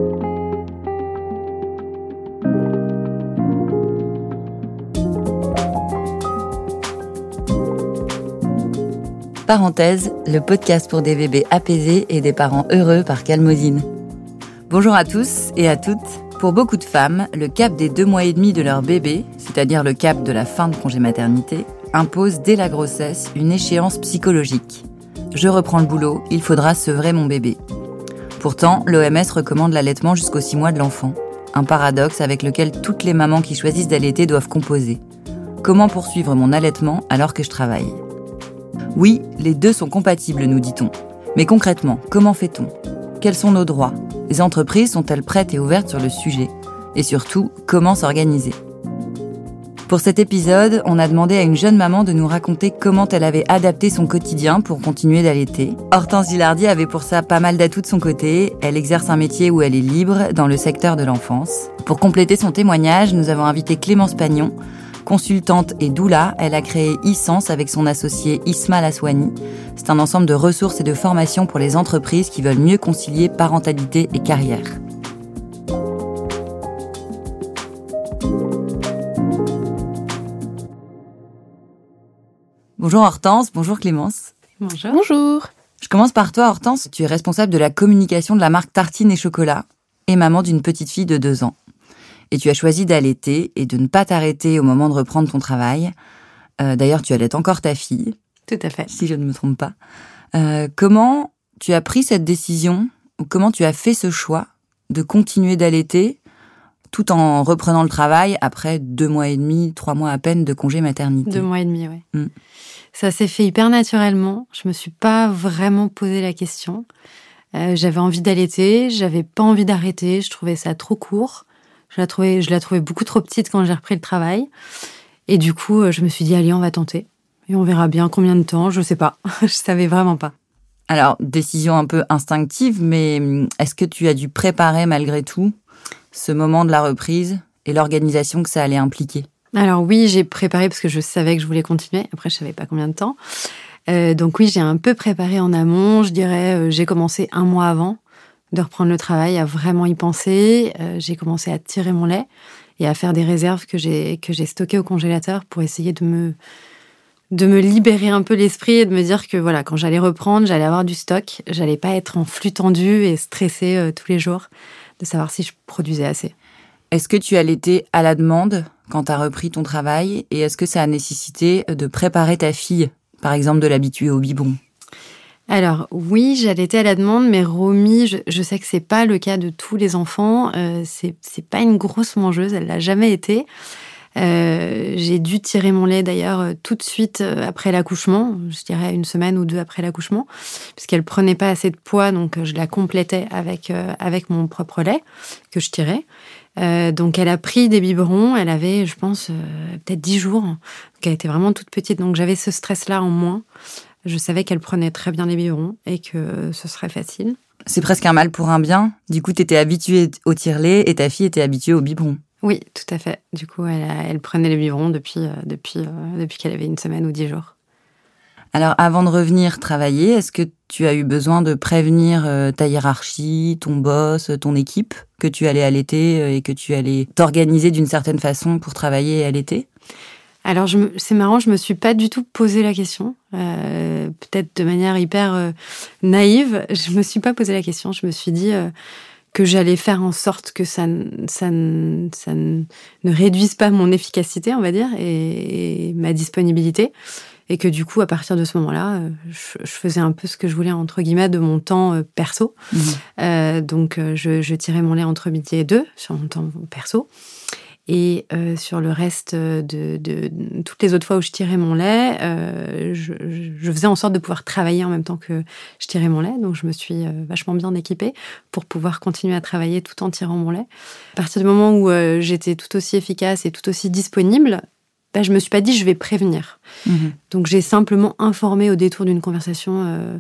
Parenthèse, le podcast pour des bébés apaisés et des parents heureux par Calmosine. Bonjour à tous et à toutes. Pour beaucoup de femmes, le cap des 2 mois et demi de leur bébé, c'est-à-dire le cap de la fin de congé maternité, impose dès la grossesse une échéance psychologique. Je reprends le boulot, il faudra sevrer mon bébé. Pourtant, l'OMS recommande l'allaitement jusqu'aux 6 mois de l'enfant. Un paradoxe avec lequel toutes les mamans qui choisissent d'allaiter doivent composer. Comment poursuivre mon allaitement alors que je travaille ? Oui, les deux sont compatibles, nous dit-on. Mais concrètement, comment fait-on ? Quels sont nos droits ? Les entreprises sont-elles prêtes et ouvertes sur le sujet ? Et surtout, comment s'organiser ? Pour cet épisode, on a demandé à une jeune maman de nous raconter comment elle avait adapté son quotidien pour continuer d'allaiter. Hortense Gilardi avait pour ça pas mal d'atouts de son côté. Elle exerce un métier où elle est libre dans le secteur de l'enfance. Pour compléter son témoignage, nous avons invité Clémence Pagnon. Consultante et doula, elle a créé e-Sens avec son associé Isma Laswani. C'est un ensemble de ressources et de formations pour les entreprises qui veulent mieux concilier parentalité et carrière. Bonjour Hortense, bonjour Clémence. Bonjour. Bonjour. Je commence par toi Hortense, tu es responsable de la communication de la marque Tartines et Chocolat et maman d'une petite fille de 2 ans. Et tu as choisi d'allaiter et de ne pas t'arrêter au moment de reprendre ton travail. D'ailleurs, tu allaites encore ta fille. Tout à fait. Si je ne me trompe pas. Comment tu as pris cette décision ou comment tu as fait ce choix de continuer d'allaiter tout en reprenant le travail après 2 mois et demi, 3 mois à peine de congé maternité ? 2 mois et demi, oui. Ça s'est fait hyper naturellement. Je me suis pas vraiment posé la question. J'avais envie d'allaiter, j'avais pas envie d'arrêter. Je trouvais ça trop court. Je la trouvais beaucoup trop petite quand j'ai repris le travail. Et du coup, je me suis dit, allez, on va tenter. Et on verra bien combien de temps, je sais pas. Je savais vraiment pas. Alors, décision un peu instinctive, mais est-ce que tu as dû préparer malgré tout ce moment de la reprise et l'organisation que ça allait impliquer ? Alors oui, j'ai préparé parce que je savais que je voulais continuer. Après, je savais pas combien de temps. Donc oui, j'ai un peu préparé en amont. Je dirais, j'ai commencé 1 mois avant de reprendre le travail, à vraiment y penser. J'ai commencé à tirer mon lait et à faire des réserves que j'ai stockées au congélateur pour essayer de me libérer un peu l'esprit et de me dire que voilà, quand j'allais reprendre, j'allais avoir du stock. J'allais pas être en flux tendu et stressée tous les jours de savoir si je produisais assez. Est-ce que tu allaitais à la demande quand tu as repris ton travail et est-ce que ça a nécessité de préparer ta fille, par exemple de l'habituer au biberon ? Alors oui, j'allaitais à la demande, mais Romy, je sais que c'est pas le cas de tous les enfants. C'est pas une grosse mangeuse, elle l'a jamais été. J'ai dû tirer mon lait d'ailleurs tout de suite après l'accouchement, je dirais 1 semaine ou 2 après l'accouchement, puisqu'elle prenait pas assez de poids, donc je la complétais avec mon propre lait que je tirais. Donc elle a pris des biberons, elle avait, je pense, peut-être 10 jours, donc elle était vraiment toute petite, donc j'avais ce stress-là en moins. Je savais qu'elle prenait très bien les biberons et que ce serait facile. C'est presque un mal pour un bien. Du coup, tu étais habituée au tire-lait et ta fille était habituée au biberon. Oui, tout à fait. Du coup, elle prenait les biberons depuis qu'elle avait 1 semaine ou 10 jours. Alors, avant de revenir travailler, est-ce que tu as eu besoin de prévenir ta hiérarchie, ton boss, ton équipe, que tu allais allaiter et que tu allais t'organiser d'une certaine façon pour travailler et allaiter ? Alors, c'est marrant, je me suis pas du tout posé la question. Peut-être de manière hyper naïve, je me suis pas posé la question. Je me suis dit que j'allais faire en sorte que ça ne réduise pas mon efficacité, on va dire, et ma disponibilité. Et que du coup, à partir de ce moment-là, je faisais un peu ce que je voulais, entre guillemets, de mon temps perso. Donc, je tirais mon lait entre midi et 2 sur mon temps perso. Et sur le reste de toutes les autres fois où je tirais mon lait, je faisais en sorte de pouvoir travailler en même temps que je tirais mon lait. Donc, je me suis vachement bien équipée pour pouvoir continuer à travailler tout en tirant mon lait. À partir du moment où j'étais tout aussi efficace et tout aussi disponible, je me suis pas dit je vais prévenir. Donc, j'ai simplement informé au détour d'une conversation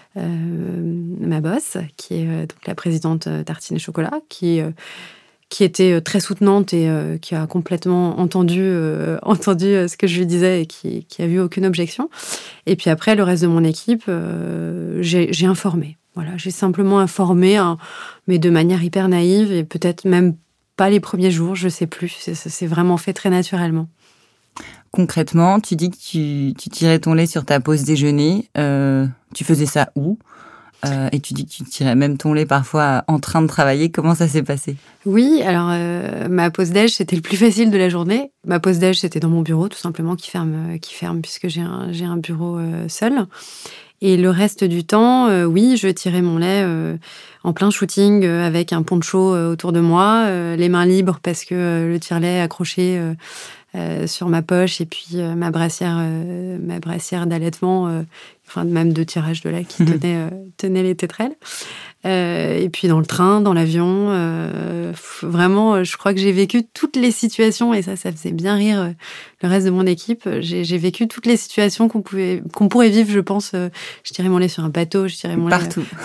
ma boss, qui est donc la présidente Tartines et Chocolat, qui était très soutenante et qui a complètement entendu ce que je lui disais et qui a vu aucune objection. Et puis après, le reste de mon équipe, j'ai informé. Voilà, j'ai simplement informé, mais de manière hyper naïve et peut-être même pas les premiers jours, je sais plus. C'est vraiment fait très naturellement. Concrètement, tu dis que tu tirais ton lait sur ta pause déjeuner. Tu faisais ça où ? Et tu dis que tu tirais même ton lait parfois en train de travailler. Comment ça s'est passé ? Oui, alors ma pause déj, c'était le plus facile de la journée. Ma pause déj, c'était dans mon bureau, tout simplement, qui ferme puisque j'ai un bureau seul. Et le reste du temps, oui, je tirais mon lait en plein shooting avec un poncho autour de moi, les mains libres parce que le tire-lait accroché sur ma poche et puis ma brassière d'allaitement, enfin même de tirage de lait qui tenait les tétrelles. Et puis dans le train, dans l'avion, vraiment, je crois que j'ai vécu toutes les situations et ça faisait bien rire le reste de mon équipe. J'ai vécu toutes les situations qu'on pourrait vivre, je pense. Je tirais mon lait sur un bateau, je tirais mon lait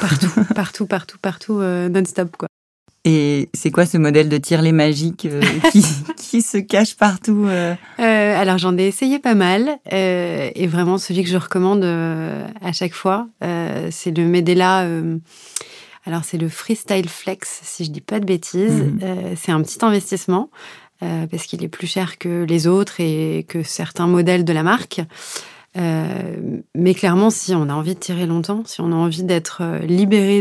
partout, non-stop, quoi. Et c'est quoi ce modèle de tire-lait magique qui se cache partout Alors, j'en ai essayé pas mal. Et vraiment, celui que je recommande à chaque fois, c'est le Medela. Alors, c'est le Freestyle Flex, si je dis pas de bêtises. C'est un petit investissement parce qu'il est plus cher que les autres et que certains modèles de la marque. Mais clairement, si on a envie de tirer longtemps, si on a envie d'être libéré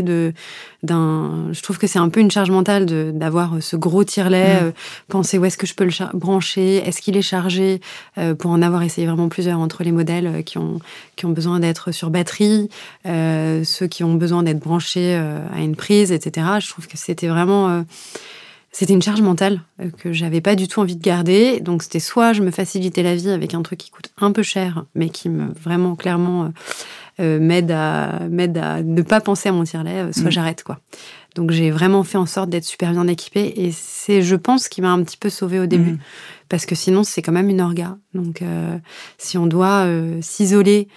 je trouve que c'est un peu une charge mentale d'avoir ce gros tire-lait, penser où est-ce que je peux le brancher, est-ce qu'il est chargé, pour en avoir essayé vraiment plusieurs entre les modèles qui ont besoin d'être sur batterie, ceux qui ont besoin d'être branchés à une prise, etc. Je trouve que c'était vraiment... C'était une charge mentale que j'avais pas du tout envie de garder. Donc, c'était soit je me facilitais la vie avec un truc qui coûte un peu cher, mais qui vraiment, clairement, m'aide à ne pas penser à mon tire-lait, soit j'arrête, quoi. Donc, j'ai vraiment fait en sorte d'être super bien équipée. Et c'est, je pense, ce qui m'a un petit peu sauvée au début. Parce que sinon, c'est quand même une orga. Donc, si on doit s'isoler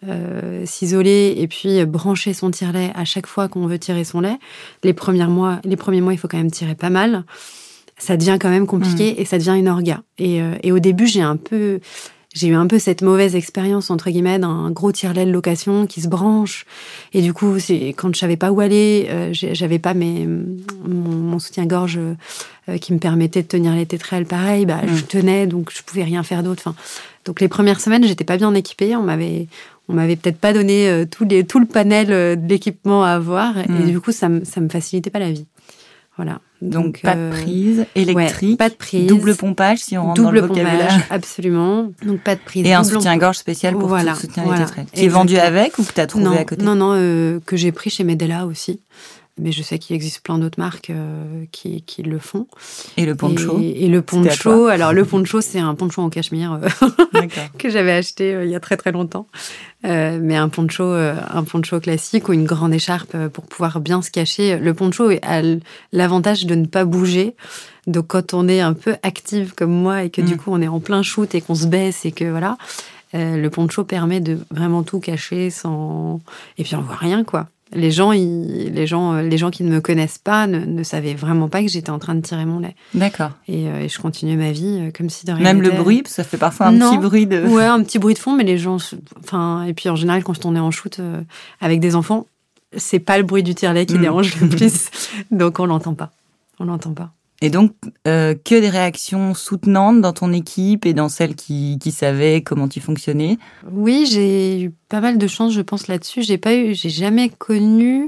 et puis brancher son tire-lait à chaque fois qu'on veut tirer son lait. Les premiers mois, il faut quand même tirer pas mal. Ça devient quand même compliqué et ça devient une orga. Et au début, j'ai eu un peu cette mauvaise expérience, entre guillemets, d'un gros tire-lait de location qui se branche. Et du coup, c'est quand je savais pas où aller, j'avais pas mon soutien-gorge qui me permettait de tenir les tétrelles. Pareil, je tenais, donc je pouvais rien faire d'autre. Enfin, donc les premières semaines, j'étais pas bien équipée. On m'avait peut-être pas donné tout le panel de l'équipement à avoir. Et du coup, ça me facilitait pas la vie. Voilà. Donc pas de prise électrique, ouais, pas de prise, double pompage si on rentre dans le vocabulaire. Pompage, absolument. Donc pas de prise. Et un soutien-gorge spécial pour soutenir les tétrelles. Qui est vendu avec ou que tu as trouvé à côté ? Non, que j'ai pris chez Medela aussi. Mais je sais qu'il existe plein d'autres marques qui le font. Et le poncho ? Et le poncho, alors le poncho, c'est un poncho en cachemire que j'avais acheté il y a très très longtemps. Mais un poncho classique ou une grande écharpe pour pouvoir bien se cacher. Le poncho a l'avantage de ne pas bouger. Donc quand on est un peu active comme moi et que du coup on est en plein shoot et qu'on se baisse et que voilà, le poncho permet de vraiment tout cacher sans... Et puis on voit rien, quoi. Les gens qui ne me connaissent pas ne savaient vraiment pas que j'étais en train de tirer mon lait. D'accord. Et je continuais ma vie comme si de rien n'était. Même n'était. le bruit, parce que ça fait parfois un petit bruit de... Ouais, un petit bruit de fond, mais les gens... et puis en général, quand on est en shoot avec des enfants, c'est pas le bruit du tire-lait qui dérange le plus. Donc on l'entend pas. Et donc, que des réactions soutenantes dans ton équipe et dans celles qui savaient comment tu fonctionnais ? Oui, j'ai eu pas mal de chance, je pense, là-dessus. J'ai jamais connu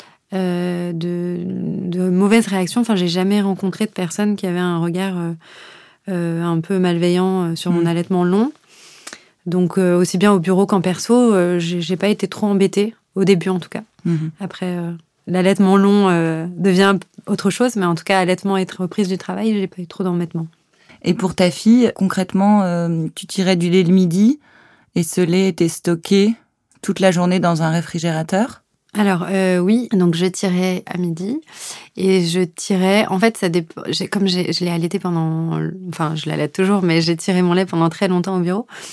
de mauvaises réactions. Enfin, j'ai jamais rencontré de personnes qui avaient un regard un peu malveillant sur mon allaitement long. Donc, aussi bien au bureau qu'en perso, j'ai pas été trop embêtée, au début en tout cas. Après... l'allaitement long devient autre chose, mais en tout cas, allaitement et reprise du travail, j'ai pas eu trop d'embêtement. Et pour ta fille, concrètement, tu tirais du lait le midi et ce lait était stocké toute la journée dans un réfrigérateur ? Alors, oui, donc je tirais à midi et je tirais... En fait, ça dépend. Je l'ai allaité pendant... Enfin, je l'allaite toujours, mais j'ai tiré mon lait pendant très longtemps au bureau.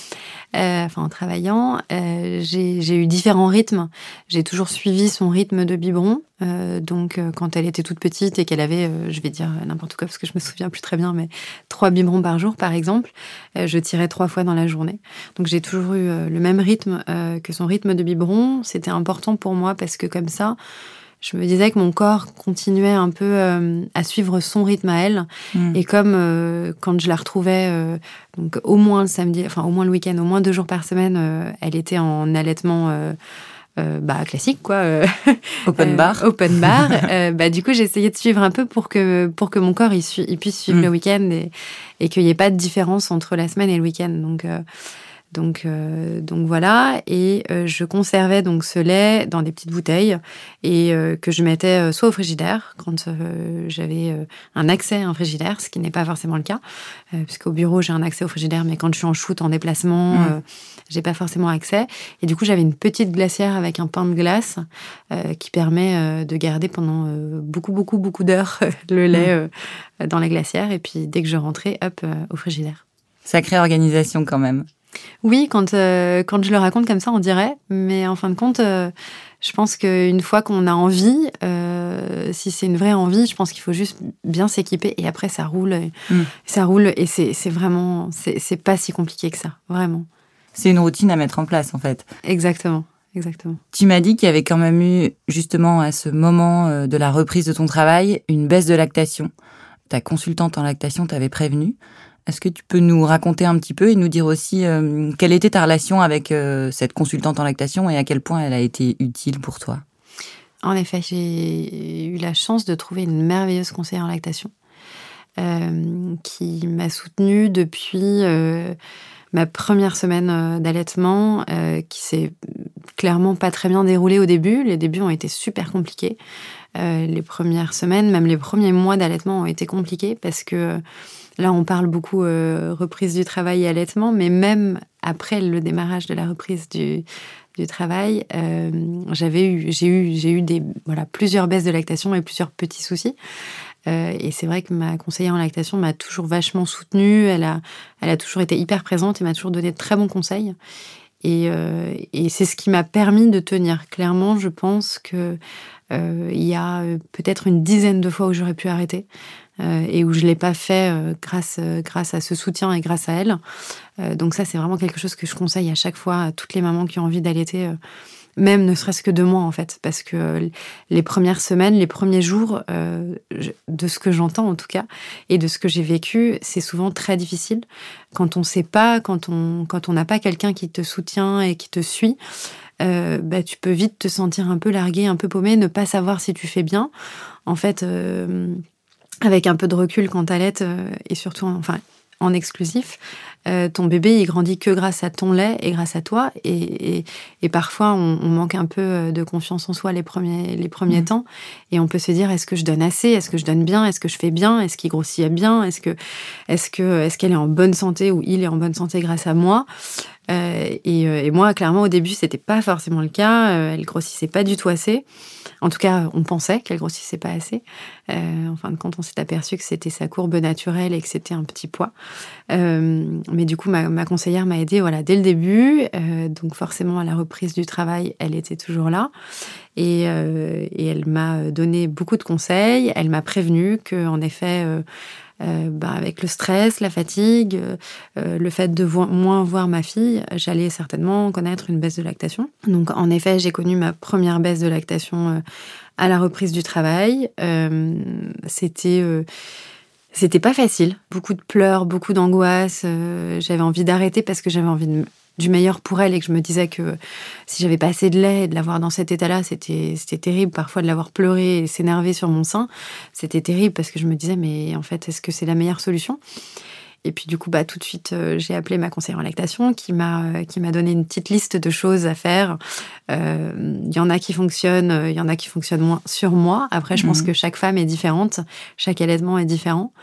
en travaillant. J'ai eu différents rythmes. J'ai toujours suivi son rythme de biberon. Donc, quand elle était toute petite et qu'elle avait, je vais dire n'importe quoi parce que je me souviens plus très bien, mais 3 biberons par jour, par exemple, je tirais 3 fois dans la journée. Donc, j'ai toujours eu le même rythme que son rythme de biberon. C'était important pour moi parce que comme ça, je me disais que mon corps continuait un peu à suivre son rythme à elle. Et comme quand je la retrouvais, donc au moins le samedi, enfin au moins le week-end, au moins 2 jours par semaine, elle était en allaitement classique, quoi. Open bar. Open bar. Du coup, j'essayais de suivre un peu pour que mon corps il puisse suivre le week-end et qu'il n'y ait pas de différence entre la semaine et le week-end. Donc voilà, et je conservais donc ce lait dans des petites bouteilles et que je mettais soit au frigidaire quand j'avais un accès à un frigidaire, ce qui n'est pas forcément le cas, puisqu'au bureau j'ai un accès au frigidaire, mais quand je suis en shoot, en déplacement, j'ai pas forcément accès. Et du coup, j'avais une petite glacière avec un pain de glace qui permet de garder pendant beaucoup d'heures le lait dans la glacière. Et puis dès que je rentrais, hop, au frigidaire. Sacrée organisation quand même. Oui, quand je le raconte comme ça, on dirait. Mais en fin de compte, je pense qu'une fois qu'on a envie, si c'est une vraie envie, je pense qu'il faut juste bien s'équiper. Et après, ça roule. Ça roule. Et c'est vraiment... C'est pas si compliqué que ça, vraiment. C'est une routine à mettre en place, en fait. Exactement. Tu m'as dit qu'il y avait quand même eu, justement, à ce moment de la reprise de ton travail, une baisse de lactation. Ta consultante en lactation t'avait prévenu. Est-ce que tu peux nous raconter un petit peu et nous dire aussi quelle était ta relation avec cette consultante en lactation et à quel point elle a été utile pour toi? En effet, j'ai eu la chance de trouver une merveilleuse conseillère en lactation qui m'a soutenue depuis ma première semaine d'allaitement, qui s'est clairement pas très bien déroulée au début. Les débuts ont été super compliqués. Les premières semaines, même les premiers mois d'allaitement ont été compliqués parce que là, on parle beaucoup reprise du travail et allaitement, mais même après le démarrage de la reprise du travail, j'ai eu plusieurs baisses de lactation et plusieurs petits soucis. Et c'est vrai que ma conseillère en lactation m'a toujours vachement soutenue. Elle a toujours été hyper présente et m'a toujours donné de très bons conseils. Et c'est ce qui m'a permis de tenir. Clairement, je pense que il y a peut-être une dizaine de fois où j'aurais pu arrêter et où je l'ai pas fait grâce à ce soutien et grâce à elle. Donc ça, c'est vraiment quelque chose que je conseille à chaque fois à toutes les mamans qui ont envie d'allaiter, même ne serait-ce que 2 mois en fait, parce que les premières semaines, les premiers jours, de ce que j'entends en tout cas, et de ce que j'ai vécu, c'est souvent très difficile. Quand on sait pas, quand on n'a pas quelqu'un qui te soutient et qui te suit, tu peux vite te sentir un peu largué, un peu paumé, ne pas savoir si tu fais bien. En fait, avec un peu de recul quand t'allaites, et surtout en exclusif, ton bébé, il grandit que grâce à ton lait et grâce à toi. Et parfois, on manque un peu de confiance en soi les premiers temps. Et on peut se dire, est-ce que je donne assez? Est-ce que je donne bien? Est-ce que je fais bien? Est-ce qu'il grossit bien? Est-ce qu'elle est en bonne santé ou il est en bonne santé grâce à moi? Et moi, clairement, au début, c'était pas forcément le cas. Elle grossissait pas du tout assez. En tout cas, on pensait qu'elle grossissait pas assez. En fin de compte, on s'est aperçu que c'était sa courbe naturelle et que c'était un petit poids. Mais du coup, ma conseillère m'a aidée, dès le début. Donc forcément, à la reprise du travail, elle était toujours là. Et elle m'a donné beaucoup de conseils. Elle m'a prévenue qu'en effet, avec le stress, la fatigue, le fait de moins voir ma fille, j'allais certainement connaître une baisse de lactation. Donc en effet, j'ai connu ma première baisse de lactation à la reprise du travail. C'était pas facile. Beaucoup de pleurs, beaucoup d'angoisse. J'avais envie d'arrêter parce que j'avais envie du meilleur pour elle et que je me disais que si j'avais pas assez de lait et de l'avoir dans cet état-là, c'était terrible. Parfois de l'avoir pleuré et s'énerver sur mon sein, c'était terrible parce que je me disais mais en fait, est-ce que c'est la meilleure solution? Et puis du coup, tout de suite, j'ai appelé ma conseillère en lactation qui m'a donné une petite liste de choses à faire. Il y en a qui fonctionnent, il y en a qui fonctionnent moins sur moi. Après, je pense que chaque femme est différente, chaque allaitement est différent.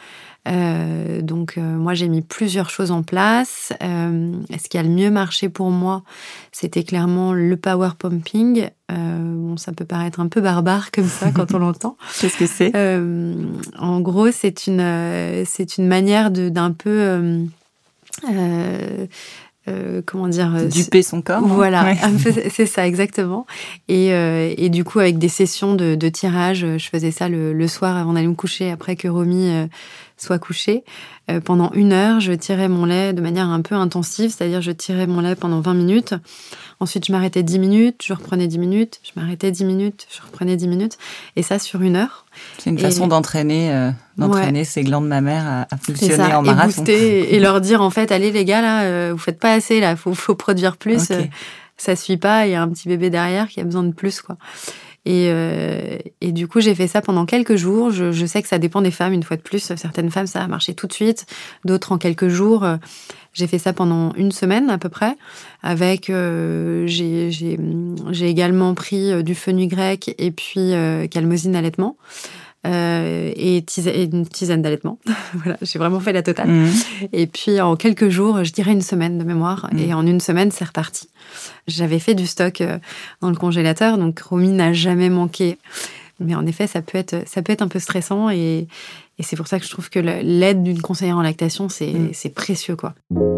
Donc moi, j'ai mis plusieurs choses en place. Ce qui a le mieux marché pour moi, c'était clairement le power pumping. Ça peut paraître un peu barbare comme ça quand on l'entend. Qu'est-ce que c'est? En gros, c'est une manière d'un peu duper son corps. Voilà, ouais. c'est ça, exactement. Et du coup, avec des sessions de tirage, je faisais ça le soir avant d'aller me coucher, après que Romy soit couchée. Pendant 1 heure, je tirais mon lait de manière un peu intensive, c'est-à-dire je tirais mon lait pendant 20 minutes. Ensuite, je m'arrêtais 10 minutes, je reprenais 10 minutes, je m'arrêtais 10 minutes, je reprenais 10 minutes. Et ça sur 1 heure. C'est une façon d'entraîner ces glandes mammaires à fonctionner en marathon. Et booster et leur dire, en fait, allez les gars, là, vous faites pas assez, là, faut produire plus. Okay. Ça suit pas, il y a un petit bébé derrière qui a besoin de plus, quoi. Et du coup, j'ai fait ça pendant quelques jours. Je sais que ça dépend des femmes, une fois de plus. Certaines femmes, ça a marché tout de suite. D'autres, en quelques jours. J'ai fait ça pendant 1 semaine, à peu près. Avec, j'ai également pris du fenugrec et puis calmosine allaitement. Et une tisane d'allaitement. Voilà, j'ai vraiment fait la totale. Et puis, en quelques jours, je dirais 1 semaine de mémoire. Et en 1 semaine, c'est reparti. J'avais fait du stock dans le congélateur, donc Romy n'a jamais manqué. Mais en effet, ça peut être un peu stressant. Et c'est pour ça que je trouve que l'aide d'une conseillère en lactation, c'est précieux, quoi.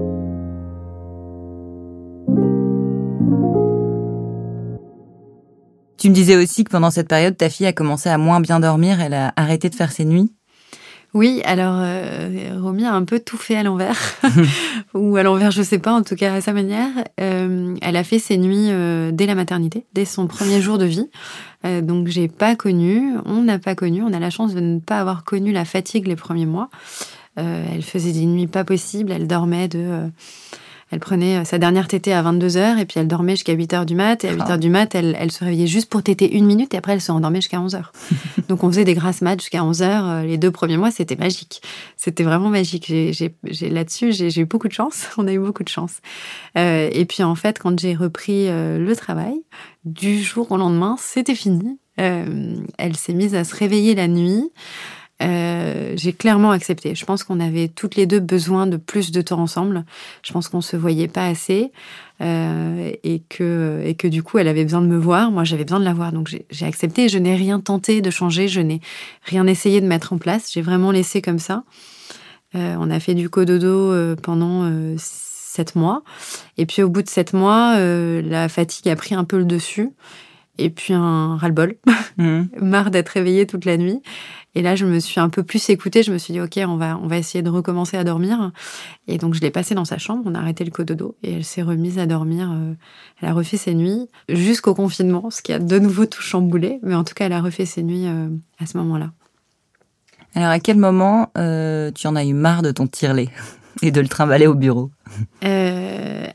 Tu me disais aussi que pendant cette période, ta fille a commencé à moins bien dormir, elle a arrêté de faire ses nuits. Oui, alors Romy a un peu tout fait à l'envers. Ou à l'envers, je sais pas, en tout cas à sa manière. Elle a fait ses nuits dès la maternité, dès son premier jour de vie. Donc on n'a pas connu, on a la chance de ne pas avoir connu la fatigue les premiers mois. Elle faisait des nuits pas possibles, elle dormait Elle prenait sa dernière tétée à 22h et puis elle dormait jusqu'à 8h du mat. Et à 8h du mat, elle se réveillait juste pour téter 1 minute et après elle se rendormait jusqu'à 11h. Donc on faisait des grasses mat jusqu'à 11h. Les 2 premiers mois, c'était magique. C'était vraiment magique. Là-dessus, j'ai eu beaucoup de chance. On a eu beaucoup de chance. Et puis en fait, quand j'ai repris le travail, du jour au lendemain, c'était fini. Elle s'est mise à se réveiller la nuit. J'ai clairement accepté. Je pense qu'on avait toutes les 2 besoin de plus de temps ensemble. Je pense qu'on se voyait pas assez et que du coup, elle avait besoin de me voir. Moi, j'avais besoin de la voir. Donc, j'ai accepté. Je n'ai rien tenté de changer. Je n'ai rien essayé de mettre en place. J'ai vraiment laissé comme ça. On a fait du cododo pendant 7 mois. Et puis, au bout de 7 mois, la fatigue a pris un peu le dessus. Et puis un ras-le-bol, marre d'être réveillée toute la nuit. Et là, je me suis un peu plus écoutée. Je me suis dit, OK, on va essayer de recommencer à dormir. Et donc, je l'ai passée dans sa chambre. On a arrêté le cododo. Et elle s'est remise à dormir. Elle a refait ses nuits jusqu'au confinement, ce qui a de nouveau tout chamboulé. Mais en tout cas, elle a refait ses nuits à ce moment-là. Alors, à quel moment tu en as eu marre de ton tire-lait et de le trimballer au bureau ? Elle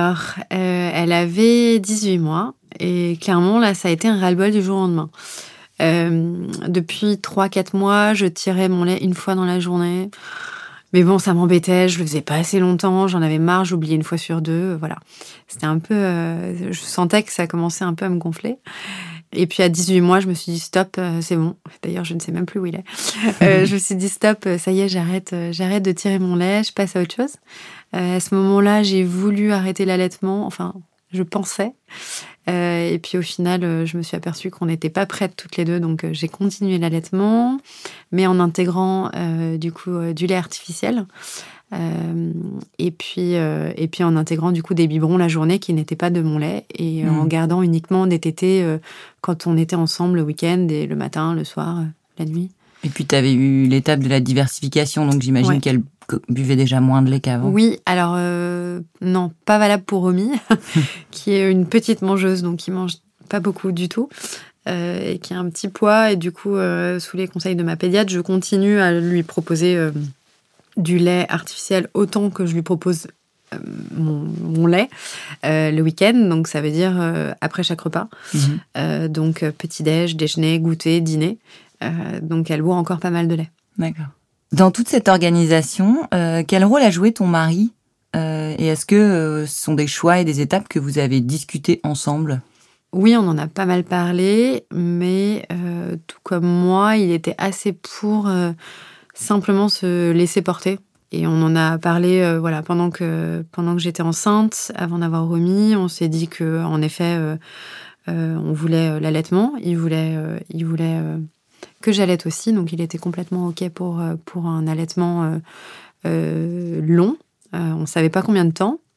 avait 18 mois. Et clairement, là, ça a été un ras-le-bol du jour au lendemain. Depuis 3-4 mois, je tirais mon lait 1 fois dans la journée. Mais bon, ça m'embêtait, je le faisais pas assez longtemps, j'en avais marre, j'oubliais 1 fois sur 2, voilà. C'était un peu... je sentais que ça commençait un peu à me gonfler. Et puis à 18 mois, je me suis dit stop, c'est bon. D'ailleurs, je ne sais même plus où il est. Je me suis dit stop, ça y est, j'arrête de tirer mon lait, je passe à autre chose. À ce moment-là, j'ai voulu arrêter l'allaitement, enfin... Je pensais. Et puis au final, je me suis aperçue qu'on n'était pas prêtes toutes les 2. Donc j'ai continué l'allaitement, mais en intégrant du lait artificiel. Et puis en intégrant du coup des biberons la journée qui n'étaient pas de mon lait. Et en gardant uniquement des tétées quand on était ensemble le week-end et le matin, le soir, la nuit. Et puis tu avais eu l'étape de la diversification, donc j'imagine qu'elle buvait déjà moins de lait qu'avant. Oui, alors non, pas valable pour Romy, qui est une petite mangeuse, donc qui mange pas beaucoup du tout, et qui a un petit poids. Et du coup, sous les conseils de ma pédiatre, je continue à lui proposer du lait artificiel autant que je lui propose mon lait le week-end. Donc ça veut dire après chaque repas. Donc petit-déj, déjeuner, goûter, dîner. Donc elle boit encore pas mal de lait. D'accord. Dans toute cette organisation, quel rôle a joué ton mari ? Et est-ce que ce sont des choix et des étapes que vous avez discutés ensemble ? Oui, on en a pas mal parlé, mais tout comme moi, il était assez pour simplement se laisser porter. Et on en a parlé pendant que j'étais enceinte, avant d'avoir Romy. On s'est dit qu'en effet, on voulait l'allaitement. Il voulait que j'allaite aussi, donc il était complètement OK pour un allaitement long. On ne savait pas combien de temps,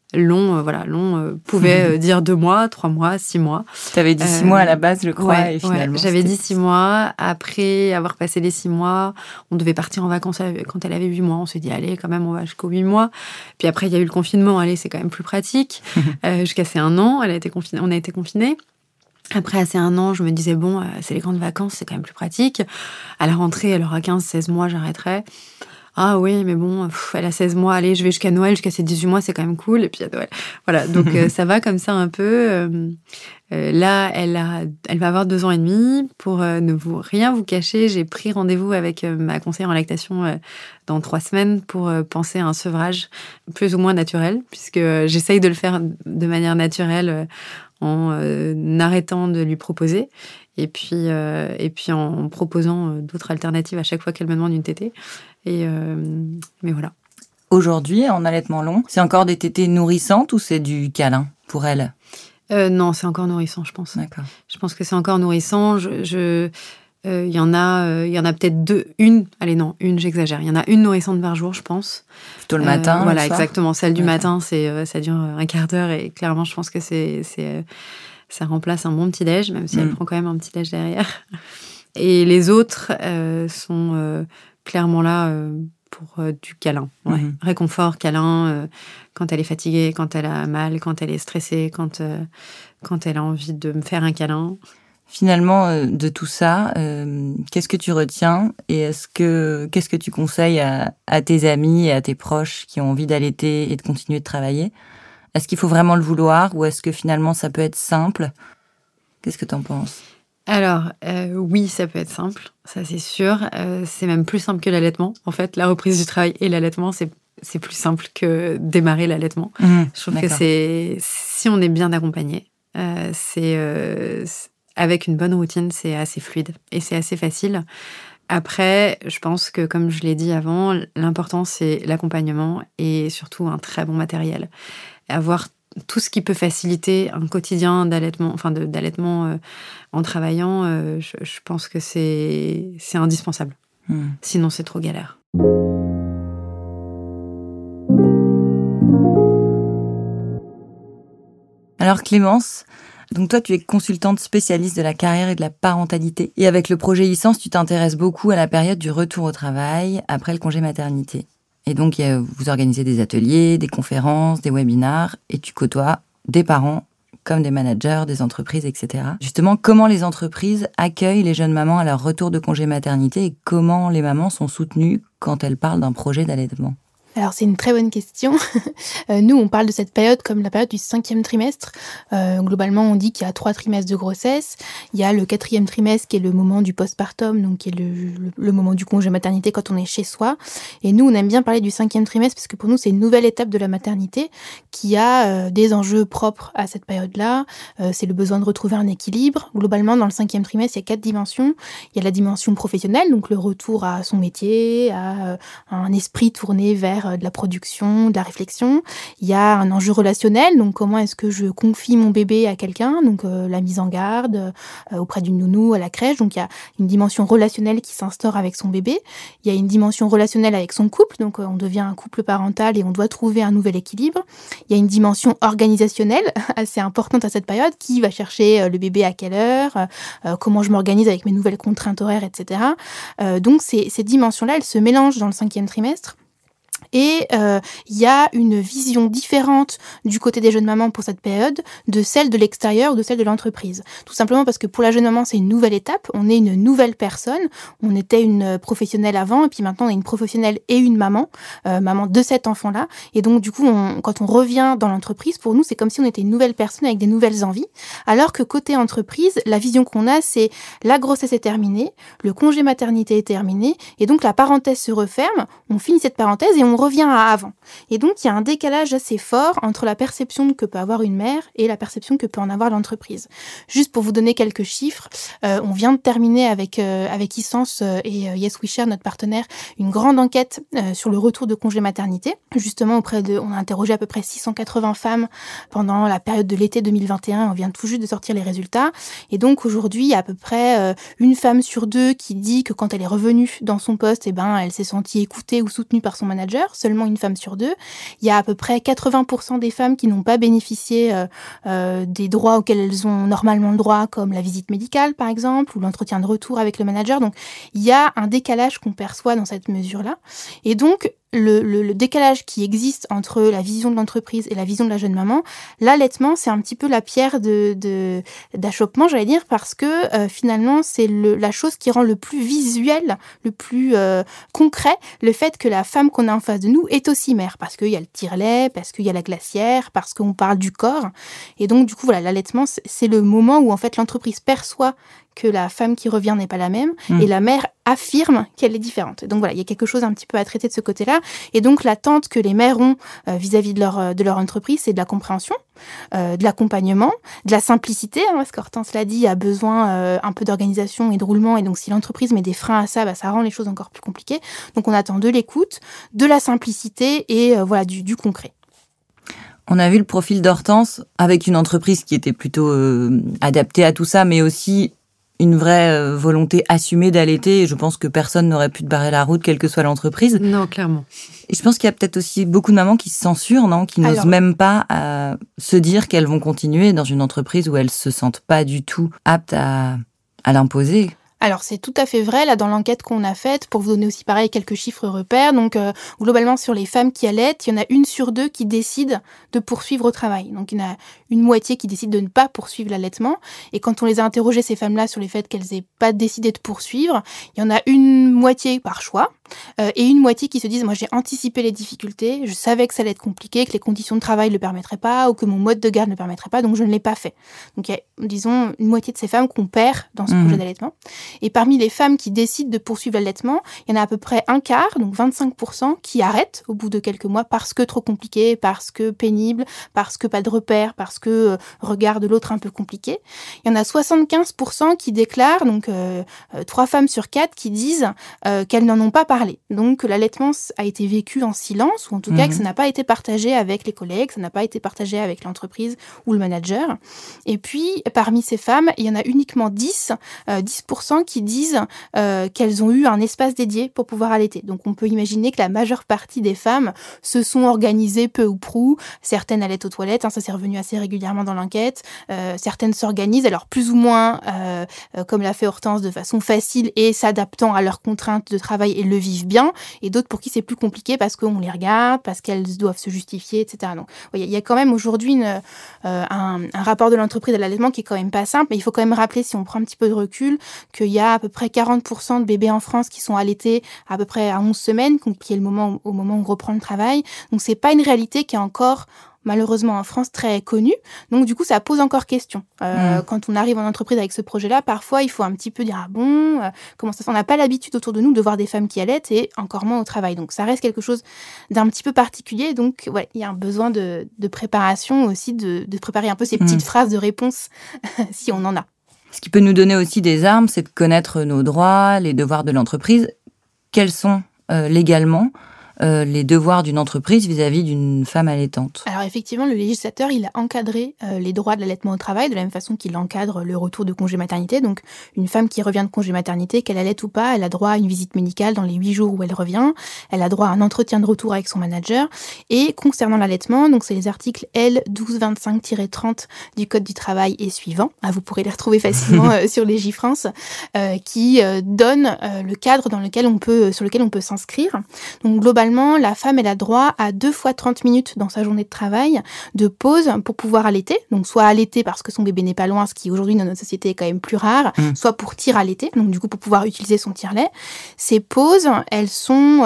Long pouvait dire 2 mois, 3 mois, 6 mois. Tu avais dit 6 mois à la base, je crois, et finalement... Ouais, j'avais dit 6 mois. Après avoir passé les 6 mois, on devait partir en vacances quand elle avait 8 mois. On s'est dit, allez, quand même, on va jusqu'aux 8 mois. Puis après, il y a eu le confinement. Allez, c'est quand même plus pratique. Jusqu'à ses 1 an, on a été confinés. Après, à ses 1 an, je me disais, bon, c'est les grandes vacances, c'est quand même plus pratique. À la rentrée, elle aura 15, 16 mois, j'arrêterai. Ah oui, mais bon, elle a 16 mois, allez, je vais jusqu'à Noël, jusqu'à ses 18 mois, c'est quand même cool. Et puis à Noël. Voilà, donc ça va comme ça un peu. Là, elle va avoir 2 ans et demi. Pour rien vous cacher, j'ai pris rendez-vous avec ma conseillère en lactation dans 3 semaines pour penser à un sevrage plus ou moins naturel, puisque j'essaye de le faire de manière naturelle en arrêtant de lui proposer. Et puis en proposant d'autres alternatives à chaque fois qu'elle me demande une tétée. Mais voilà. Aujourd'hui, en allaitement long, c'est encore des tétées nourrissantes ou c'est du câlin pour elle ? Non, c'est encore nourrissant, je pense. D'accord. Je pense que c'est encore nourrissant. Il y en a peut-être 2, une, j'exagère. Il y en a une nourrissante par jour, je pense. Plutôt le matin, voilà, le soir. Exactement. Celle du matin, ça dure un quart d'heure et clairement, je pense que ça remplace un bon petit-déj, même si elle prend quand même un petit-déj derrière. Et les autres sont clairement là pour du câlin. Ouais. Réconfort, câlin, quand elle est fatiguée, quand elle a mal, quand elle est stressée, quand elle a envie de me faire un câlin. Finalement, de tout ça, qu'est-ce que tu retiens et qu'est-ce que tu conseilles à tes amis et à tes proches qui ont envie d'allaiter et de continuer de travailler ? Est-ce qu'il faut vraiment le vouloir ou est-ce que finalement ça peut être simple ? Qu'est-ce que tu en penses ? Alors, oui, ça peut être simple, ça c'est sûr. C'est même plus simple que l'allaitement. En fait, la reprise du travail et l'allaitement, c'est plus simple que démarrer l'allaitement. Je trouve que si on est bien accompagné, avec une bonne routine, c'est assez fluide et c'est assez facile. Après, je pense que, comme je l'ai dit avant, l'important, c'est l'accompagnement et surtout un très bon matériel. Avoir tout ce qui peut faciliter un quotidien d'allaitement, en travaillant, je pense que c'est indispensable. Sinon, c'est trop galère. Alors Clémence, donc toi tu es consultante spécialiste de la carrière et de la parentalité. Et avec le projet Licence, tu t'intéresses beaucoup à la période du retour au travail après le congé maternité. Et donc vous organisez des ateliers, des conférences, des webinars et tu côtoies des parents comme des managers, des entreprises, etc. Justement, comment les entreprises accueillent les jeunes mamans à leur retour de congé maternité et comment les mamans sont soutenues quand elles parlent d'un projet d'allaitement ? Alors, c'est une très bonne question. Nous, on parle de cette période comme la période du 5e trimestre. Globalement, on dit qu'il y a 3 trimestres de grossesse. Il y a le 4e trimestre qui est le moment du postpartum, donc qui est le moment du congé maternité quand on est chez soi. Et nous, on aime bien parler du 5e trimestre parce que pour nous, c'est une nouvelle étape de la maternité qui a des enjeux propres à cette période-là. C'est le besoin de retrouver un équilibre. Globalement, dans le 5e trimestre, il y a 4 dimensions. Il y a la dimension professionnelle, donc le retour à son métier, à un esprit tourné vers de la production, de la réflexion. Il y a un enjeu relationnel, donc comment est-ce que je confie mon bébé à quelqu'un, donc la mise en garde auprès d'une nounou, à la crèche. Donc il y a une dimension relationnelle qui s'instaure avec son bébé. Il y a une dimension relationnelle avec son couple, donc on devient un couple parental et on doit trouver un nouvel équilibre. Il y a une dimension organisationnelle assez importante à cette période, qui va chercher le bébé à quelle heure, comment je m'organise avec mes nouvelles contraintes horaires, etc. Donc ces dimensions-là, elles se mélangent dans le 5e trimestre. Et il y a une vision différente du côté des jeunes mamans pour cette période de celle de l'extérieur ou de celle de l'entreprise. Tout simplement parce que pour la jeune maman, c'est une nouvelle étape, on est une nouvelle personne, on était une professionnelle avant et puis maintenant on est une professionnelle et une maman, maman de cet enfant-là. Et donc du coup, quand on revient dans l'entreprise, pour nous, c'est comme si on était une nouvelle personne avec des nouvelles envies. Alors que côté entreprise, la vision qu'on a, c'est la grossesse est terminée, le congé maternité est terminé et donc la parenthèse se referme, on finit cette parenthèse et on revient à avant. Et donc, il y a un décalage assez fort entre la perception que peut avoir une mère et la perception que peut en avoir l'entreprise. Juste pour vous donner quelques chiffres, on vient de terminer avec Licence et Yes We Share, notre partenaire, une grande enquête sur le retour de congé maternité. Justement, on a interrogé à peu près 680 femmes pendant la période de l'été 2021. On vient tout juste de sortir les résultats. Et donc, aujourd'hui, il y a à peu près une femme sur 2 qui dit que quand elle est revenue dans son poste, elle s'est sentie écoutée ou soutenue par son manager. seulement une femme sur 2. Il y a à peu près 80% des femmes qui n'ont pas bénéficié des droits auxquels elles ont normalement le droit, comme la visite médicale par exemple, ou l'entretien de retour avec le manager. Donc il y a un décalage qu'on perçoit dans cette mesure-là. Et donc le décalage qui existe entre la vision de l'entreprise et la vision de la jeune maman, l'allaitement, c'est un petit peu la pierre d'achoppement, j'allais dire, parce que finalement, c'est la chose qui rend le plus visuel, le plus concret, le fait que la femme qu'on a en face de nous est aussi mère, parce qu'il y a le tire-lait, parce qu'il y a la glacière, parce qu'on parle du corps. Et donc, du coup, voilà, l'allaitement, c'est le moment où, en fait, l'entreprise perçoit que la femme qui revient n'est pas la même, et la mère affirme qu'elle est différente. Donc voilà, il y a quelque chose un petit peu à traiter de ce côté-là. Et donc l'attente que les mères ont vis-à-vis de leur entreprise, c'est de la compréhension, de l'accompagnement, de la simplicité, parce qu'Hortense l'a dit, il y a besoin un peu d'organisation et de roulement, et donc si l'entreprise met des freins à ça, ça rend les choses encore plus compliquées. Donc on attend de l'écoute, de la simplicité et voilà du concret. On a vu le profil d'Hortense avec une entreprise qui était plutôt adaptée à tout ça, mais aussi une vraie volonté assumée d'allaiter, et je pense que personne n'aurait pu te barrer la route, quelle que soit l'entreprise. Non, clairement. Et je pense qu'il y a peut-être aussi beaucoup de mamans qui se censurent, non, qui n'osent même pas se dire qu'elles vont continuer dans une entreprise où elles se sentent pas du tout aptes à l'imposer. Alors, c'est tout à fait vrai. Là, dans l'enquête qu'on a faite, pour vous donner aussi pareil quelques chiffres repères, donc globalement, sur les femmes qui allaitent, il y en a 1 sur 2 qui décident de poursuivre au travail. Donc, il y en a une moitié qui décide de ne pas poursuivre l'allaitement. Et quand on les a interrogées, ces femmes-là, sur le fait qu'elles aient pas décidé de poursuivre, il y en a une moitié par choix et une moitié qui se disent « Moi, j'ai anticipé les difficultés, je savais que ça allait être compliqué, que les conditions de travail ne le permettraient pas ou que mon mode de garde ne le permettrait pas, donc je ne l'ai pas fait. » Donc, il y a, disons, une moitié de ces femmes qu'on perd dans ce projet d'allaitement. Et parmi les femmes qui décident de poursuivre l'allaitement, il y en a à peu près un quart, donc 25%, qui arrêtent au bout de quelques mois parce que trop compliqué, parce que pénible, parce que pas de repères, parce que regard de l'autre un peu compliqué. Il y en a 75% qui déclarent, donc 3 femmes sur 4 qui disent qu'elles n'en ont pas parlé. Donc que l'allaitement a été vécu en silence, ou en tout cas que ça n'a pas été partagé avec les collègues, ça n'a pas été partagé avec l'entreprise ou le manager. Et puis, parmi ces femmes, il y en a uniquement 10% qui disent qu'elles ont eu un espace dédié pour pouvoir allaiter. Donc on peut imaginer que la majeure partie des femmes se sont organisées peu ou prou. Certaines allaitent aux toilettes, ça c'est revenu assez régulièrement dans l'enquête. Certaines s'organisent, alors plus ou moins comme l'a fait Hortense, de façon facile et s'adaptant à leurs contraintes de travail et le vivent bien. Et d'autres pour qui c'est plus compliqué parce qu'on les regarde, parce qu'elles doivent se justifier, etc. Donc il y a quand même aujourd'hui un rapport de l'entreprise à l'allaitement qui est quand même pas simple, mais il faut quand même rappeler, si on prend un petit peu de recul, qu'il y a à peu près 40% de bébés en France qui sont allaités à peu près à 11 semaines, qui est au moment où on reprend le travail. Donc c'est pas une réalité qui est encore malheureusement en France très connue. Donc du coup ça pose encore question. Quand on arrive en entreprise avec ce projet-là, parfois il faut un petit peu dire ah bon, comment ça se fait ? On n'a pas l'habitude autour de nous de voir des femmes qui allaitent et encore moins au travail. Donc ça reste quelque chose d'un petit peu particulier. Donc ouais, il y a un besoin de préparation aussi, de préparer un peu ces petites phrases de réponse si on en a. Ce qui peut nous donner aussi des armes, c'est de connaître nos droits, les devoirs de l'entreprise. Quels sont légalement les devoirs d'une entreprise vis-à-vis d'une femme allaitante? Alors effectivement, le législateur, il a encadré les droits de l'allaitement au travail de la même façon qu'il encadre le retour de congé maternité. Donc une femme qui revient de congé maternité, qu'elle allaite ou pas, elle a droit à une visite médicale dans les 8 jours où elle revient. Elle a droit à un entretien de retour avec son manager. Et concernant l'allaitement, donc c'est les articles L 1225-30 du Code du travail et suivants. Vous pourrez les retrouver facilement sur Légifrance, qui donnent le cadre sur lequel on peut s'inscrire. Donc globalement, la femme, elle a droit à 2 fois 30 minutes dans sa journée de travail de pause pour pouvoir allaiter. Donc, soit allaiter parce que son bébé n'est pas loin, ce qui aujourd'hui dans notre société est quand même plus rare, soit pour tire-allaiter, donc du coup pour pouvoir utiliser son tire-lait. Ces pauses, elles sont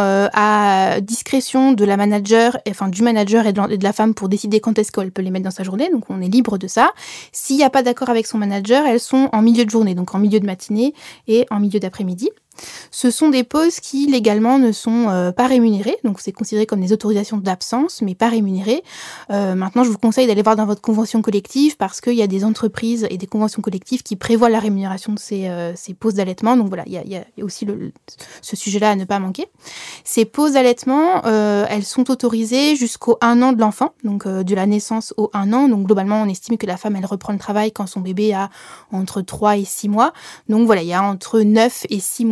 à discrétion de la manager, enfin du manager et de la femme pour décider quand est-ce qu'elle peut les mettre dans sa journée. Donc, on est libre de ça. S'il n'y a pas d'accord avec son manager, elles sont en milieu de journée, donc en milieu de matinée et en milieu d'après-midi. Ce sont des pauses qui, légalement, ne sont pas rémunérées. Donc, c'est considéré comme des autorisations d'absence, mais pas rémunérées. Maintenant, je vous conseille d'aller voir dans votre convention collective parce qu'il y a des entreprises et des conventions collectives qui prévoient la rémunération de ces pauses d'allaitement. Donc, voilà, il y a aussi ce sujet-là à ne pas manquer. Ces pauses d'allaitement, elles sont autorisées jusqu'au 1 an de l'enfant, donc de la naissance au 1 an. Donc, globalement, on estime que la femme, elle reprend le travail quand son bébé a entre 3 et 6 mois. Donc, voilà, il y a entre 9 et 6 mois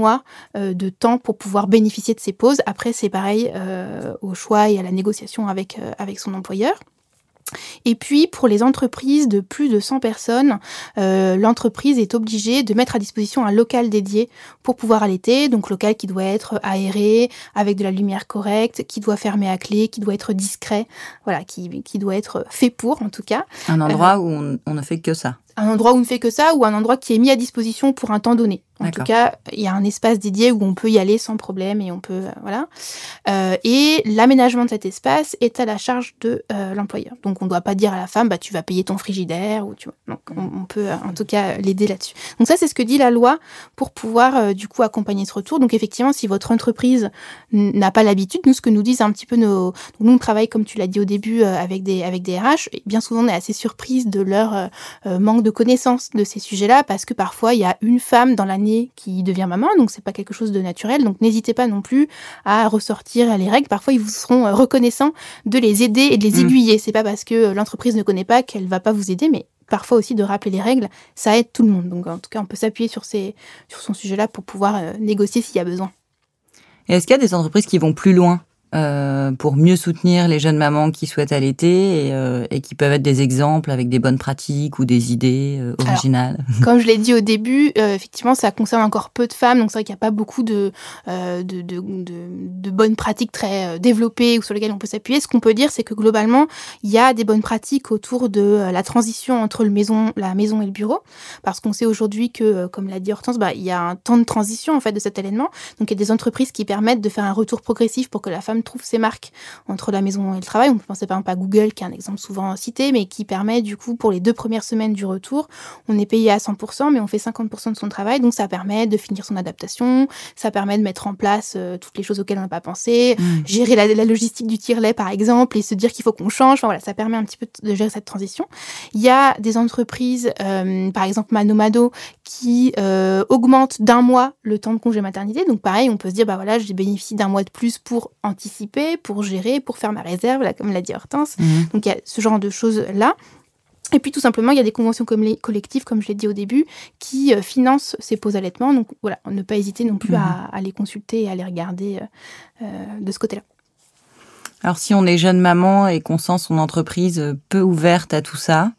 mois de temps pour pouvoir bénéficier de ces pauses. Après, c'est pareil au choix et à la négociation avec son employeur. Et puis, pour les entreprises de plus de 100 personnes, l'entreprise est obligée de mettre à disposition un local dédié pour pouvoir allaiter. Donc, local qui doit être aéré, avec de la lumière correcte, qui doit fermer à clé, qui doit être discret, voilà, qui doit être fait pour, en tout cas. Un endroit où on ne fait que ça. Un endroit où on ne fait que ça, ou un endroit qui est mis à disposition pour un temps donné. En D'accord. tout cas, il y a un espace dédié où on peut y aller sans problème et on peut voilà. Et l'aménagement de cet espace est à la charge de l'employeur. Donc on ne doit pas dire à la femme tu vas payer ton frigidaire ou tu vois. Donc on peut en tout cas l'aider là-dessus. Donc ça c'est ce que dit la loi pour pouvoir du coup accompagner ce retour. Donc effectivement si votre entreprise n'a pas l'habitude, nous ce que nous disent un petit peu nous on travaille comme tu l'as dit au début avec des RH. Et bien souvent on est assez surprise de leur manque de connaissance de ces sujets-là parce que parfois il y a une femme dans l'année qui devient maman, donc c'est pas quelque chose de naturel, donc n'hésitez pas non plus à ressortir les règles. Parfois ils vous seront reconnaissants de les aider et de les aiguiller. C'est pas parce que l'entreprise ne connaît pas qu'elle va pas vous aider, mais parfois aussi de rappeler les règles, ça aide tout le monde. Donc en tout cas on peut s'appuyer sur son sujet-là pour pouvoir négocier s'il y a besoin. Et est-ce qu'il y a des entreprises qui vont plus loin pour mieux soutenir les jeunes mamans qui souhaitent allaiter et qui peuvent être des exemples avec des bonnes pratiques ou des idées originales? Alors, comme je l'ai dit au début, effectivement, ça concerne encore peu de femmes, donc c'est vrai qu'il n'y a pas beaucoup de bonnes pratiques très développées ou sur lesquelles on peut s'appuyer. Ce qu'on peut dire, c'est que globalement, il y a des bonnes pratiques autour de la transition entre la maison et le bureau, parce qu'on sait aujourd'hui que, comme l'a dit Hortense, il y a un temps de transition en fait de cet allaitement. Donc il y a des entreprises qui permettent de faire un retour progressif pour que la femme trouve ses marques entre la maison et le travail. On peut penser par exemple à Google, qui est un exemple souvent cité, mais qui permet du coup, pour les 2 premières semaines du retour, on est payé à 100%, mais on fait 50% de son travail. Donc ça permet de finir son adaptation, ça permet de mettre en place toutes les choses auxquelles on n'a pas pensé, gérer la logistique du tire-lait par exemple, et se dire qu'il faut qu'on change. Enfin voilà, ça permet un petit peu de gérer cette transition. Il y a des entreprises, par exemple Manomado, qui augmentent d'1 mois le temps de congé maternité. Donc pareil, on peut se dire, voilà, j'ai bénéficié d'1 mois de plus pour anticiper, pour gérer, pour faire ma réserve, là, comme l'a dit Hortense. Donc il y a ce genre de choses-là. Et puis tout simplement, il y a des conventions collectives, comme je l'ai dit au début, qui financent ces pauses allaitement. Donc voilà, ne pas hésiter non plus à les consulter et à les regarder de ce côté-là. Alors si on est jeune maman et qu'on sent son entreprise peu ouverte à tout ça,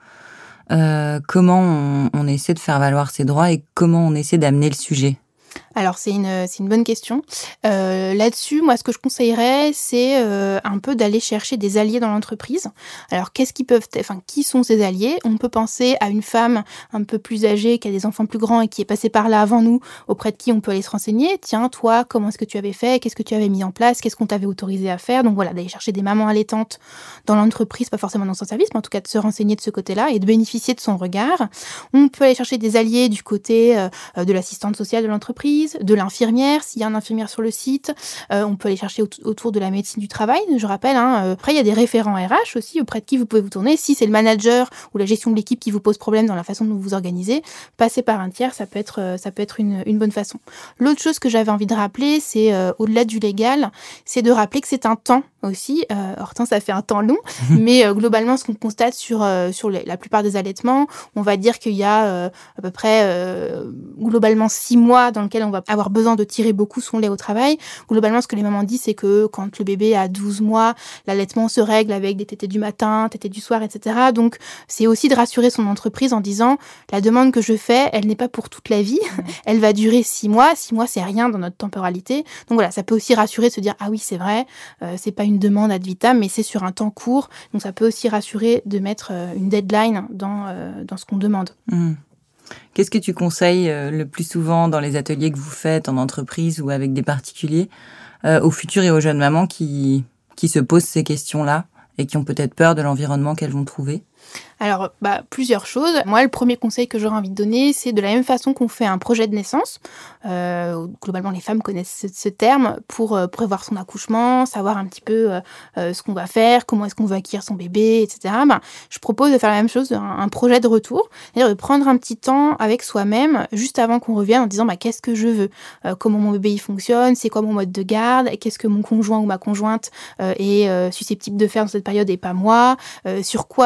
comment on essaie de faire valoir ses droits et comment on essaie d'amener le sujet ? Alors c'est une bonne question. Là-dessus, moi ce que je conseillerais, c'est un peu d'aller chercher des alliés dans l'entreprise. Alors qui sont ces alliés ? On peut penser à une femme un peu plus âgée qui a des enfants plus grands et qui est passée par là avant nous, auprès de qui on peut aller se renseigner. Tiens, toi, comment est-ce que tu avais fait ? Qu'est-ce que tu avais mis en place ? Qu'est-ce qu'on t'avait autorisé à faire ? Donc voilà, d'aller chercher des mamans allaitantes dans l'entreprise, pas forcément dans son service, mais en tout cas de se renseigner de ce côté-là et de bénéficier de son regard. On peut aller chercher des alliés du côté de l'assistante sociale de l'entreprise, de l'infirmière, s'il y a une infirmière sur le site. On peut aller chercher autour de la médecine du travail, je rappelle. Après, il y a des référents RH aussi, auprès de qui vous pouvez vous tourner. Si c'est le manager ou la gestion de l'équipe qui vous pose problème dans la façon dont vous vous organisez, passer par un tiers, ça peut être une bonne façon. L'autre chose que j'avais envie de rappeler, c'est au-delà du légal, c'est de rappeler que c'est un temps aussi. Hortense, ça fait un temps long, mais globalement, ce qu'on constate sur la plupart des allaitements, on va dire qu'il y a à peu près globalement 6 mois dans lesquels on va avoir besoin de tirer beaucoup son lait au travail. Globalement, ce que les mamans disent, c'est que quand le bébé a 12 mois, l'allaitement se règle avec des tétées du matin, tétées du soir, etc. Donc, c'est aussi de rassurer son entreprise en disant, la demande que je fais, elle n'est pas pour toute la vie. Elle va durer 6 mois. 6 mois, c'est rien dans notre temporalité. Donc voilà, ça peut aussi rassurer, se dire, ah oui, c'est vrai, c'est pas une demande ad vitam, mais c'est sur un temps court. Donc, ça peut aussi rassurer de mettre une deadline dans ce qu'on demande. Qu'est-ce que tu conseilles le plus souvent dans les ateliers que vous faites en entreprise ou avec des particuliers aux futures et aux jeunes mamans qui se posent ces questions-là et qui ont peut-être peur de l'environnement qu'elles vont trouver ? Alors, plusieurs choses. Moi, le premier conseil que j'aurais envie de donner, c'est de la même façon qu'on fait un projet de naissance. Globalement, les femmes connaissent ce terme pour prévoir son accouchement, savoir un petit peu ce qu'on va faire, comment est-ce qu'on veut acquérir son bébé, etc. Je propose de faire la même chose, un projet de retour, c'est-à-dire de prendre un petit temps avec soi-même, juste avant qu'on revienne, en disant qu'est-ce que je veux, comment mon bébé il fonctionne, c'est quoi mon mode de garde, qu'est-ce que mon conjoint ou ma conjointe est susceptible de faire dans cette période et pas moi, sur quoi je veux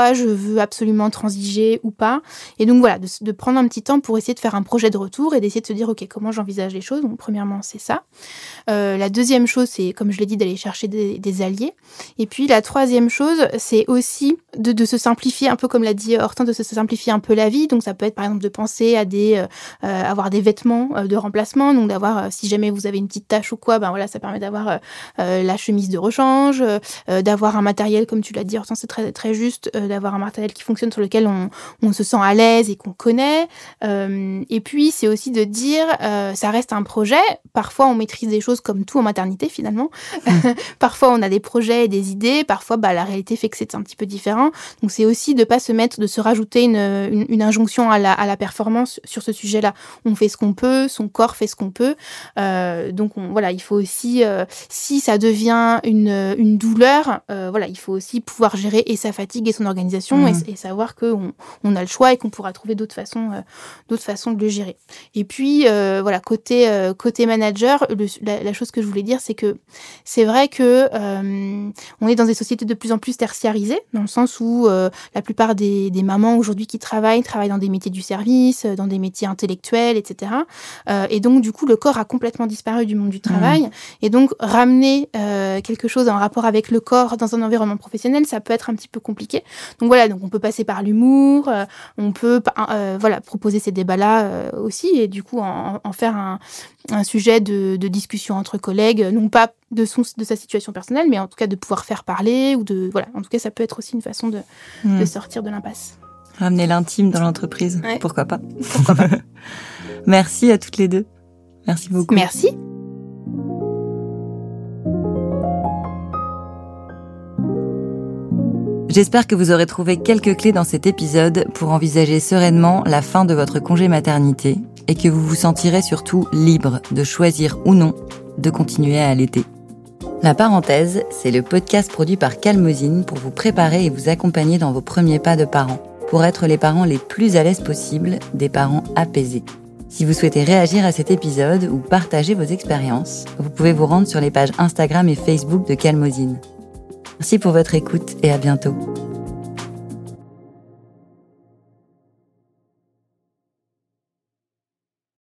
veut absolument transiger ou pas. Et donc voilà, de prendre un petit temps pour essayer de faire un projet de retour et d'essayer de se dire, ok, comment j'envisage les choses. Donc premièrement, c'est ça. La deuxième chose, c'est, comme je l'ai dit, d'aller chercher des alliés. Et puis la troisième chose, c'est aussi de se simplifier, un peu comme l'a dit Hortense, de se simplifier un peu la vie. Donc ça peut être par exemple de penser à avoir des vêtements de remplacement, donc d'avoir, si jamais vous avez une petite tache ou quoi, ben voilà, ça permet d'avoir la chemise de rechange, d'avoir un matériel, comme tu l'as dit Hortense, c'est très, très juste, d'avoir un matériel qui fonctionne, sur lequel on se sent à l'aise et qu'on connaît. Et puis c'est aussi de dire, ça reste un projet, parfois on maîtrise des choses comme tout en maternité finalement, parfois on a des projets et des idées, parfois la réalité fait que c'est un petit peu différent. Donc c'est aussi de pas se rajouter une injonction à la performance sur ce sujet-là. On fait ce qu'on peut, son corps fait ce qu'on peut. Donc il faut aussi, si ça devient une douleur, il faut aussi pouvoir gérer et sa fatigue et son organisation et savoir qu'on a le choix et qu'on pourra trouver d'autres façons de le gérer. Et puis côté manager, la chose que je voulais dire, c'est que c'est vrai que on est dans des sociétés de plus en plus tertiarisées, dans le sens où la plupart des mamans aujourd'hui qui travaillent dans des métiers du service, dans des métiers intellectuels, etc. Et donc du coup le corps a complètement disparu du monde du travail. Et donc ramener quelque chose en rapport avec le corps dans un environnement professionnel, ça peut être un petit peu compliqué. Donc on peut passer par l'humour, on peut proposer ces débats-là aussi, et du coup en faire un sujet de discussion entre collègues, non pas de sa situation personnelle, mais en tout cas de pouvoir faire parler, en tout cas ça peut être aussi une façon de sortir de l'impasse. Ramener l'intime dans l'entreprise, ouais. Pourquoi pas. Merci à toutes les deux. Merci beaucoup. Merci. J'espère que vous aurez trouvé quelques clés dans cet épisode pour envisager sereinement la fin de votre congé maternité et que vous vous sentirez surtout libre de choisir ou non de continuer à allaiter. La parenthèse, c'est le podcast produit par Calmosine pour vous préparer et vous accompagner dans vos premiers pas de parents, pour être les parents les plus à l'aise possible, des parents apaisés. Si vous souhaitez réagir à cet épisode ou partager vos expériences, vous pouvez vous rendre sur les pages Instagram et Facebook de Calmosine. Merci pour votre écoute et à bientôt.